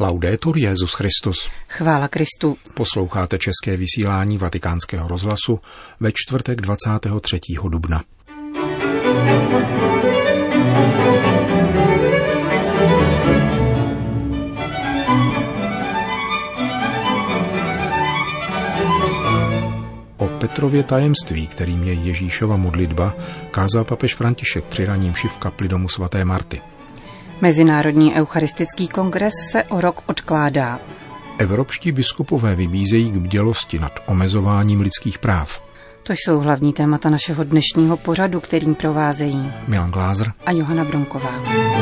Laudetur Jesus Christus. Chvála Kristu. Posloucháte české vysílání Vatikánského rozhlasu ve čtvrtek 23. dubna. O Petrově tajemství, kterým je Ježíšova modlitba, kázal papež František při ranní mši v kapli domu svaté Marty. Mezinárodní eucharistický kongres se o rok odkládá. Evropští biskupové vybízejí k bdělosti nad omezováním lidských práv. To jsou hlavní témata našeho dnešního pořadu, kterým provázejí Milan Glázer a Johana Bronková.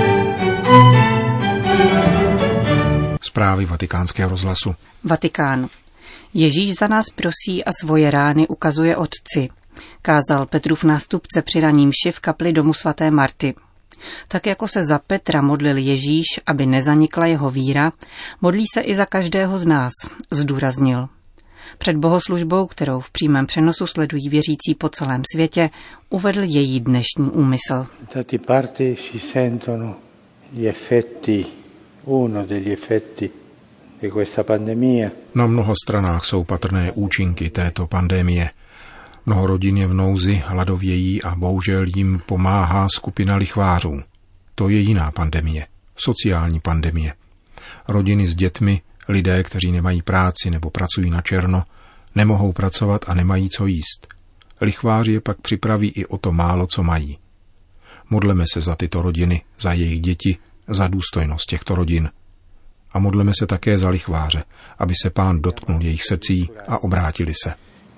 Zprávy Vatikánského rozhlasu. Vatikán. Ježíš za nás prosí a svoje rány ukazuje Otci, kázal Petrův nástupce při ranní mši v kapli domu svaté Marty. Tak jako se za Petra modlil Ježíš, aby nezanikla jeho víra, modlí se i za každého z nás, zdůraznil. Před bohoslužbou, kterou v přímém přenosu sledují věřící po celém světě, uvedl její dnešní úmysl. Na mnoha stranách jsou patrné účinky této pandemie. Mnoho rodin je v nouzi, hladovějí a bohužel jim pomáhá skupina lichvářů. To je jiná pandemie, sociální pandemie. Rodiny s dětmi, lidé, kteří nemají práci nebo pracují na černo, nemohou pracovat a nemají co jíst. Lichváři je pak připraví i o to málo, co mají. Modleme se za tyto rodiny, za jejich děti, za důstojnost těchto rodin. A modleme se také za lichváře, aby se Pán dotknul jejich srdcí a obrátili se.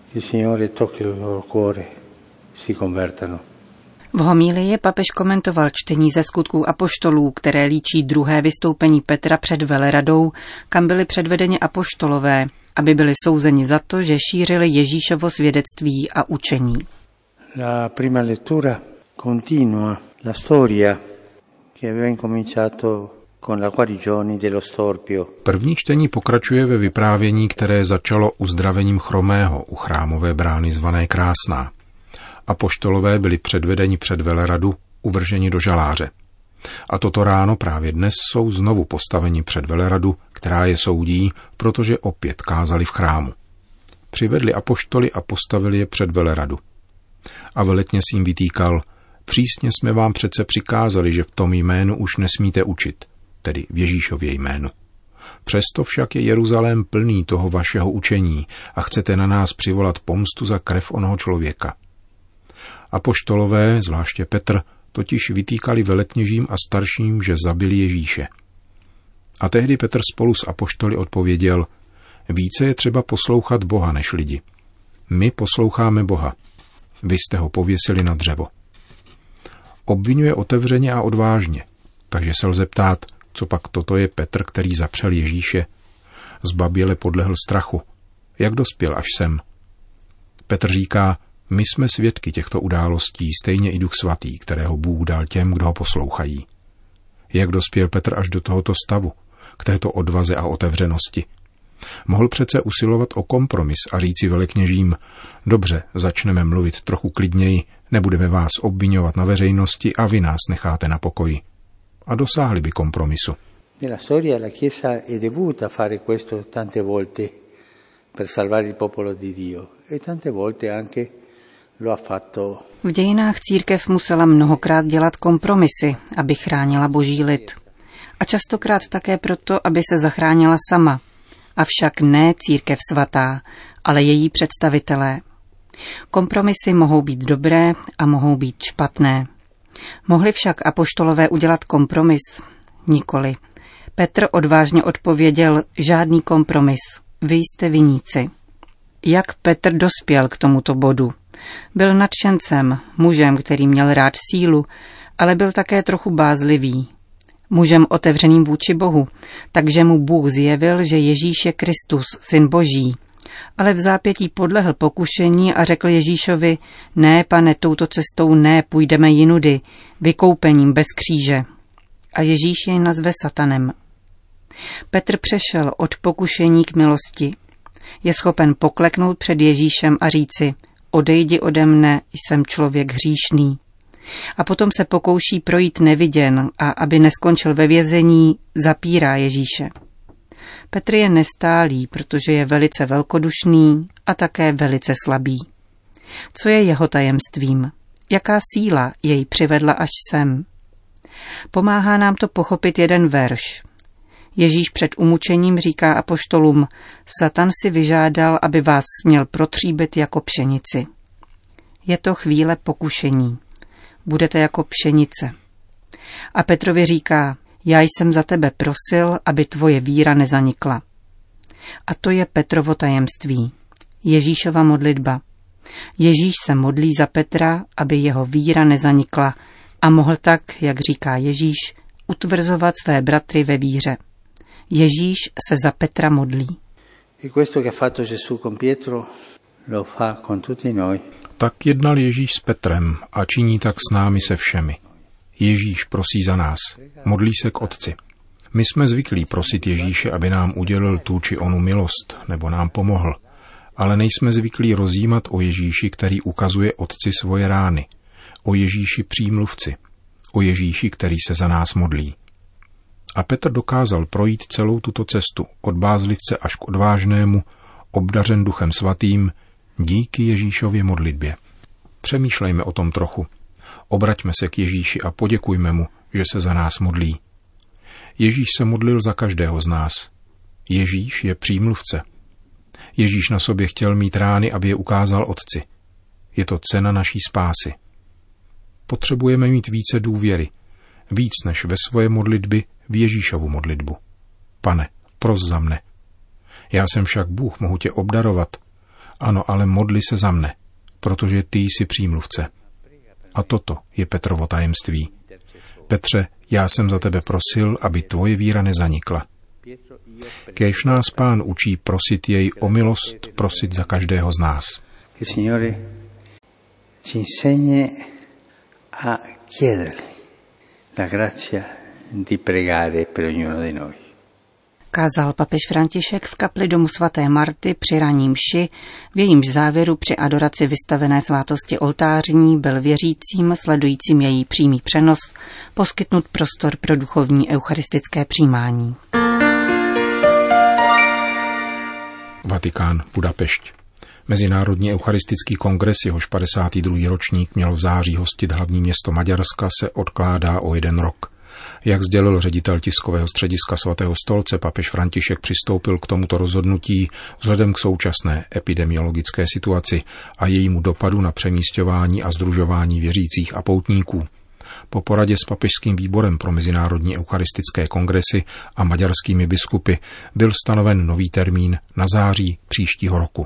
V homílii papež komentoval čtení ze Skutků apoštolů, které líčí druhé vystoupení Petra před veleradou, kam byli předvedeni apoštolové, aby byli souzeni za to, že šířili Ježíšovo svědectví a učení. La prima lettura continua la storia che aveva incominciato con la guarigione dello storpio. První čtení pokračuje ve vyprávění, které začalo uzdravením chromého u chrámové brány zvané Krásná. Apoštolové byli předvedeni před veleradu, uvrženi do žaláře. A toto ráno právě dnes jsou znovu postaveni před veleradu, která je soudí, protože opět kázali v chrámu. Přivedli apoštoly a postavili je před veleradu. A velekněz jim vytýkal: přísně jsme vám přece přikázali, že v tom jménu už nesmíte učit, tedy v Ježíšově jménu. Přesto však je Jeruzalém plný toho vašeho učení a chcete na nás přivolat pomstu za krev onoho člověka. Apoštolové, zvláště Petr, totiž vytýkali velekněžím a starším, že zabili Ježíše. A tehdy Petr spolu s apoštoly odpověděl: více je třeba poslouchat Boha než lidi. My posloucháme Boha. Vy jste ho pověsili na dřevo. Obvinuje otevřeně a odvážně, takže se lze ptát, co pak toto je Petr, který zapřel Ježíše. Zbaběle podlehl strachu. Jak dospěl až sem? Petr říká: my jsme svědky těchto událostí, stejně i Duch Svatý, kterého Bůh dal těm, kdo ho poslouchají. Jak dospěl Petr až do tohoto stavu, k této odvaze a otevřenosti? Mohl přece usilovat o kompromis a říci velekněžím: dobře, začneme mluvit trochu klidněji, nebudeme vás obviňovat na veřejnosti a vy nás necháte na pokoji. A dosáhli by kompromisu. Nella storia la Chiesa è dovuta fare questo tante volte per salvare il popolo di Dio e tante volte anche lo ha fatto. V dějinách církev musela mnohokrát dělat kompromisy, aby chránila boží lid. A častokrát také proto, aby se zachránila sama. Avšak ne církev svatá, ale její představitelé. Kompromisy mohou být dobré a mohou být špatné. Mohli však apoštolové udělat kompromis? Nikoli. Petr odvážně odpověděl: žádný kompromis, vy jste viníci. Jak Petr dospěl k tomuto bodu? Byl nadšencem, mužem, který měl rád sílu, ale byl také trochu bázlivý. Mužem otevřeným vůči Bohu, takže mu Bůh zjevil, že Ježíš je Kristus, syn Boží. Ale v zápětí podlehl pokušení a řekl Ježíšovi: ne, pane, touto cestou ne, půjdeme jinudy, vykoupením bez kříže. A Ježíš jej nazve satanem. Petr přešel od pokušení k milosti. Je schopen pokleknout před Ježíšem a říci: odejdi ode mne, jsem člověk hříšný. A potom se pokouší projít neviděn a aby neskončil ve vězení, zapírá Ježíše. Petr je nestálý, protože je velice velkodušný a také velice slabý. Co je jeho tajemstvím? Jaká síla jej přivedla až sem? Pomáhá nám to pochopit jeden verš. Ježíš před umučením říká apoštolům: Satan si vyžádal, aby vás směl protříbit jako pšenici. Je to chvíle pokušení. Budete jako pšenice. A Petrovi říká: já jsem za tebe prosil, aby tvoje víra nezanikla. A to je Petrovo tajemství. Ježíšova modlitba. Ježíš se modlí za Petra, aby jeho víra nezanikla a mohl tak, jak říká Ježíš, utvrzovat své bratry ve víře. Ježíš se za Petra modlí. Tak jednal Ježíš s Petrem a činí tak s námi se všemi. Ježíš prosí za nás, modlí se k Otci. My jsme zvyklí prosit Ježíše, aby nám udělil tu či onu milost, nebo nám pomohl, ale nejsme zvyklí rozjímat o Ježíši, který ukazuje Otci svoje rány, o Ježíši přímluvci, o Ježíši, který se za nás modlí. A Petr dokázal projít celou tuto cestu, od bázlivce až k odvážnému, obdařen Duchem Svatým, díky Ježíšově modlitbě. Přemýšlejme o tom trochu. Obraťme se k Ježíši a poděkujme mu, že se za nás modlí. Ježíš se modlil za každého z nás. Ježíš je přímluvce. Ježíš na sobě chtěl mít rány, aby je ukázal Otci. Je to cena naší spásy. Potřebujeme mít více důvěry, víc než ve svoje modlitby v Ježíšovu modlitbu. Pane, pros za mne. Já jsem však Bůh, mohu tě obdarovat. Ano, ale modli se za mne, protože ty jsi přímluvce. A toto je Petrovo tajemství. Petře, já jsem za tebe prosil, aby tvoje víra nezanikla. Kéž nás Pán učí prosit jej o milost, prosit za každého z nás. A chiedergli la grazia di pregare per ognuno di noi. Kázal papež František v kapli domu svaté Marty při ranní mši, v jejímž závěru při adoraci vystavené svátosti oltářní byl věřícím, sledujícím její přímý přenos, poskytnut prostor pro duchovní eucharistické přijímání. Vatikán, Budapešť. Mezinárodní eucharistický kongres, jehož 52. ročník měl v září hostit hlavní město Maďarska, se odkládá o 1 rok. Jak sdělil ředitel tiskového střediska Svatého stolce, papež František přistoupil k tomuto rozhodnutí vzhledem k současné epidemiologické situaci a jejímu dopadu na přemísťování a sdružování věřících a poutníků. Po poradě s papežským výborem pro mezinárodní eucharistické kongresy a maďarskými biskupy byl stanoven nový termín na září příštího roku.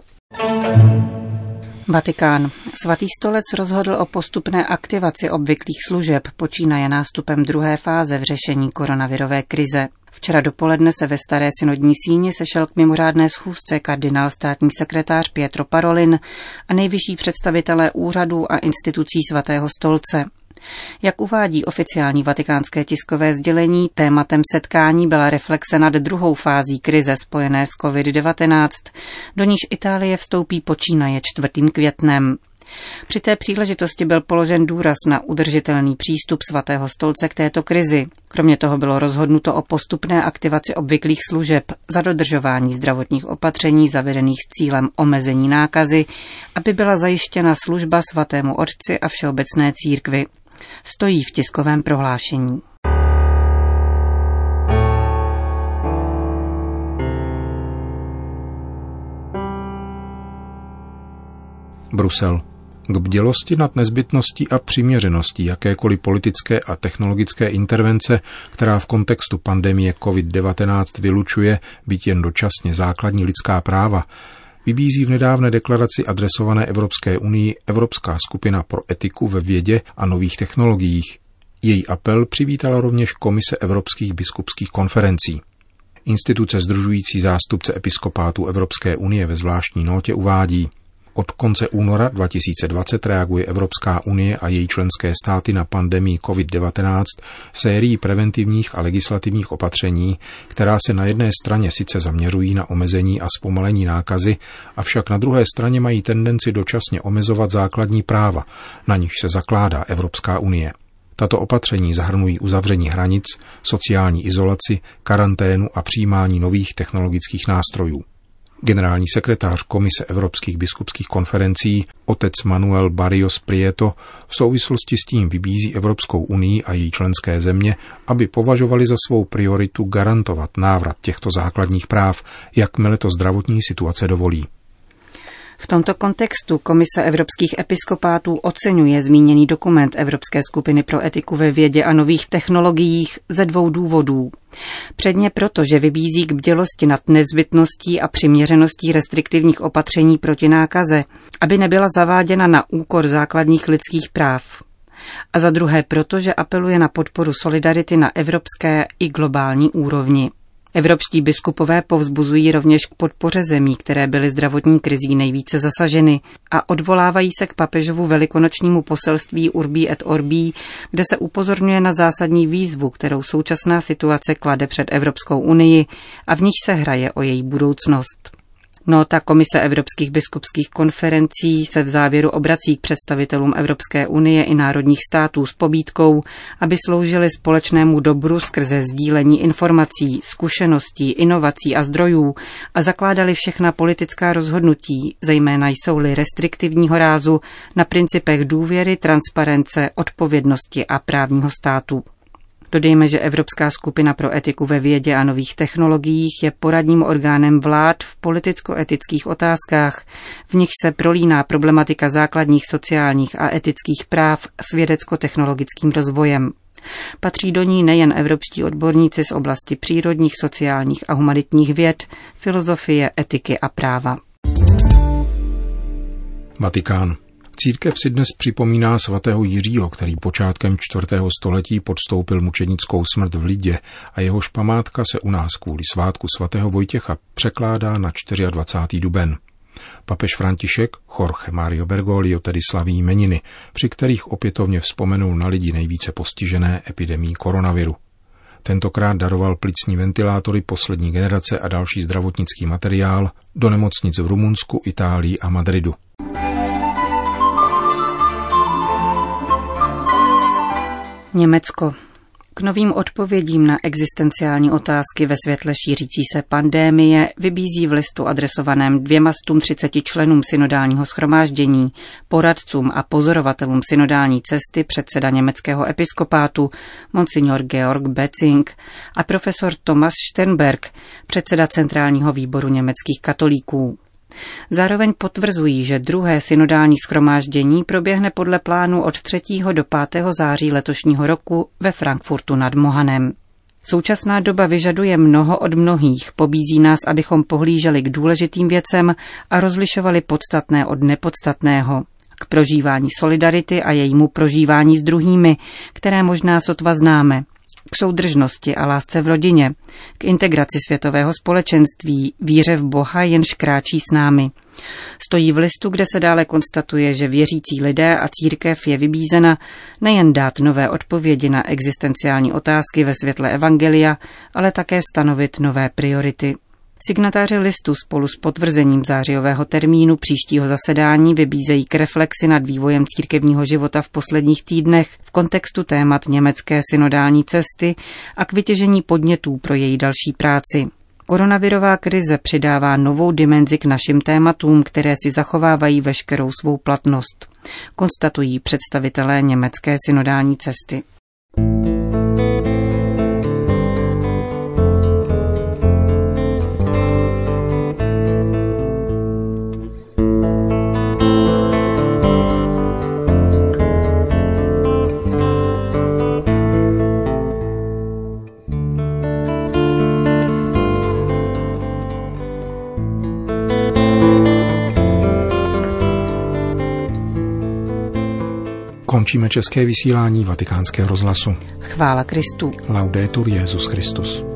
Vatikán. Svatý stolec rozhodl o postupné aktivaci obvyklých služeb, počínaje nástupem 2. fáze v řešení koronavirové krize. Včera dopoledne se ve Staré synodní síni sešel k mimořádné schůzce kardinál státní sekretář Pietro Parolin a nejvyšší představitelé úřadů a institucí Svatého stolce. Jak uvádí oficiální vatikánské tiskové sdělení, tématem setkání byla reflexe nad 2. fází krize spojené s COVID-19, do níž Itálie vstoupí počínaje 4. květnem. Při té příležitosti byl položen důraz na udržitelný přístup Svatého stolce k této krizi. Kromě toho bylo rozhodnuto o postupné aktivaci obvyklých služeb za dodržování zdravotních opatření zavedených s cílem omezení nákazy, aby byla zajištěna služba Svatému Otci a Všeobecné církvi. Stojí v tiskovém prohlášení. Brusel. K bdělosti nad nezbytností a přiměřeností jakékoliv politické a technologické intervence, která v kontextu pandemie COVID-19 vylučuje, byť jen dočasně, základní lidská práva, vybízí v nedávné deklaraci adresované Evropské unii Evropská skupina pro etiku ve vědě a nových technologiích. Její apel přivítala rovněž Komise Evropských biskupských konferencí. Instituce sdružující zástupce episkopátů Evropské unie ve zvláštní nótě uvádí: od konce února 2020 reaguje Evropská unie a její členské státy na pandemii COVID-19 sérií preventivních a legislativních opatření, která se na jedné straně sice zaměřují na omezení a zpomalení nákazy, avšak na druhé straně mají tendenci dočasně omezovat základní práva, na nichž se zakládá Evropská unie. Tato opatření zahrnují uzavření hranic, sociální izolaci, karanténu a přijímání nových technologických nástrojů. Generální sekretář Komise Evropských biskupských konferencí otec Manuel Barrios Prieto v souvislosti s tím vybízí Evropskou unii a její členské země, aby považovali za svou prioritu garantovat návrat těchto základních práv, jakmile to zdravotní situace dovolí. V tomto kontextu Komise evropských episkopátů oceňuje zmíněný dokument Evropské skupiny pro etiku ve vědě a nových technologiích ze 2 důvodů. Předně proto, že vybízí k bdělosti nad nezbytností a přiměřeností restriktivních opatření proti nákaze, aby nebyla zaváděna na úkor základních lidských práv. A za druhé proto, že apeluje na podporu solidarity na evropské i globální úrovni. Evropští biskupové povzbuzují rovněž k podpoře zemí, které byly zdravotní krizí nejvíce zasaženy, a odvolávají se k papežovu velikonočnímu poselství Urbi et Orbi, kde se upozorňuje na zásadní výzvu, kterou současná situace klade před Evropskou unii a v níž se hraje o její budoucnost. Nota Komise Evropských biskupských konferencí se v závěru obrací k představitelům Evropské unie i národních států s pobídkou, aby sloužili společnému dobru skrze sdílení informací, zkušeností, inovací a zdrojů a zakládali všechna politická rozhodnutí, zejména jsou-li restriktivního rázu, na principech důvěry, transparence, odpovědnosti a právního státu. Dodejme, že Evropská skupina pro etiku ve vědě a nových technologiích je poradním orgánem vlád v politicko-etických otázkách, v nichž se prolíná problematika základních sociálních a etických práv s vědecko-technologickým rozvojem. Patří do ní nejen evropští odborníci z oblasti přírodních, sociálních a humanitních věd, filozofie, etiky a práva. Vatikán. Církev si dnes připomíná svatého Jiřího, který počátkem 4. století podstoupil mučenickou smrt v Lidě a jehož památka se u nás kvůli svátku svatého Vojtěcha překládá na 24. duben. Papež František, Jorge Mario Bergoglio, tedy slaví jmeniny, při kterých opětovně vzpomenul na lidi nejvíce postižené epidemií koronaviru. Tentokrát daroval plicní ventilátory poslední generace a další zdravotnický materiál do nemocnic v Rumunsku, Itálii a Madridu. Německo. K novým odpovědím na existenciální otázky ve světle šířící se pandémie vybízí v listu adresovaném 230 členům synodálního shromáždění, poradcům a pozorovatelům synodální cesty předseda německého episkopátu monsignor Georg Betzing a profesor Thomas Sternberg, předseda centrálního výboru německých katolíků. Zároveň potvrzují, že druhé synodální shromáždění proběhne podle plánu od 3. do 5. září letošního roku ve Frankfurtu nad Mohanem. Současná doba vyžaduje mnoho od mnohých, pobízí nás, abychom pohlíželi k důležitým věcem a rozlišovali podstatné od nepodstatného. K prožívání solidarity a jejímu prožívání s druhými, které možná sotva známe. K soudržnosti a lásce v rodině, k integraci světového společenství, víře v Boha, jenž kráčí s námi. Stojí v listu, kde se dále konstatuje, že věřící lidé a církev je vybízena nejen dát nové odpovědi na existenciální otázky ve světle evangelia, ale také stanovit nové priority. Signatáři listu spolu s potvrzením zářijového termínu příštího zasedání vybízejí k reflexi nad vývojem církevního života v posledních týdnech v kontextu témat německé synodální cesty a k vytěžení podnětů pro její další práci. Koronavirová krize přidává novou dimenzi k našim tématům, které si zachovávají veškerou svou platnost, konstatují představitelé německé synodální cesty. Končíme české vysílání Vatikánského rozhlasu. Chvála Kristu. Laudetur Jesus Christus.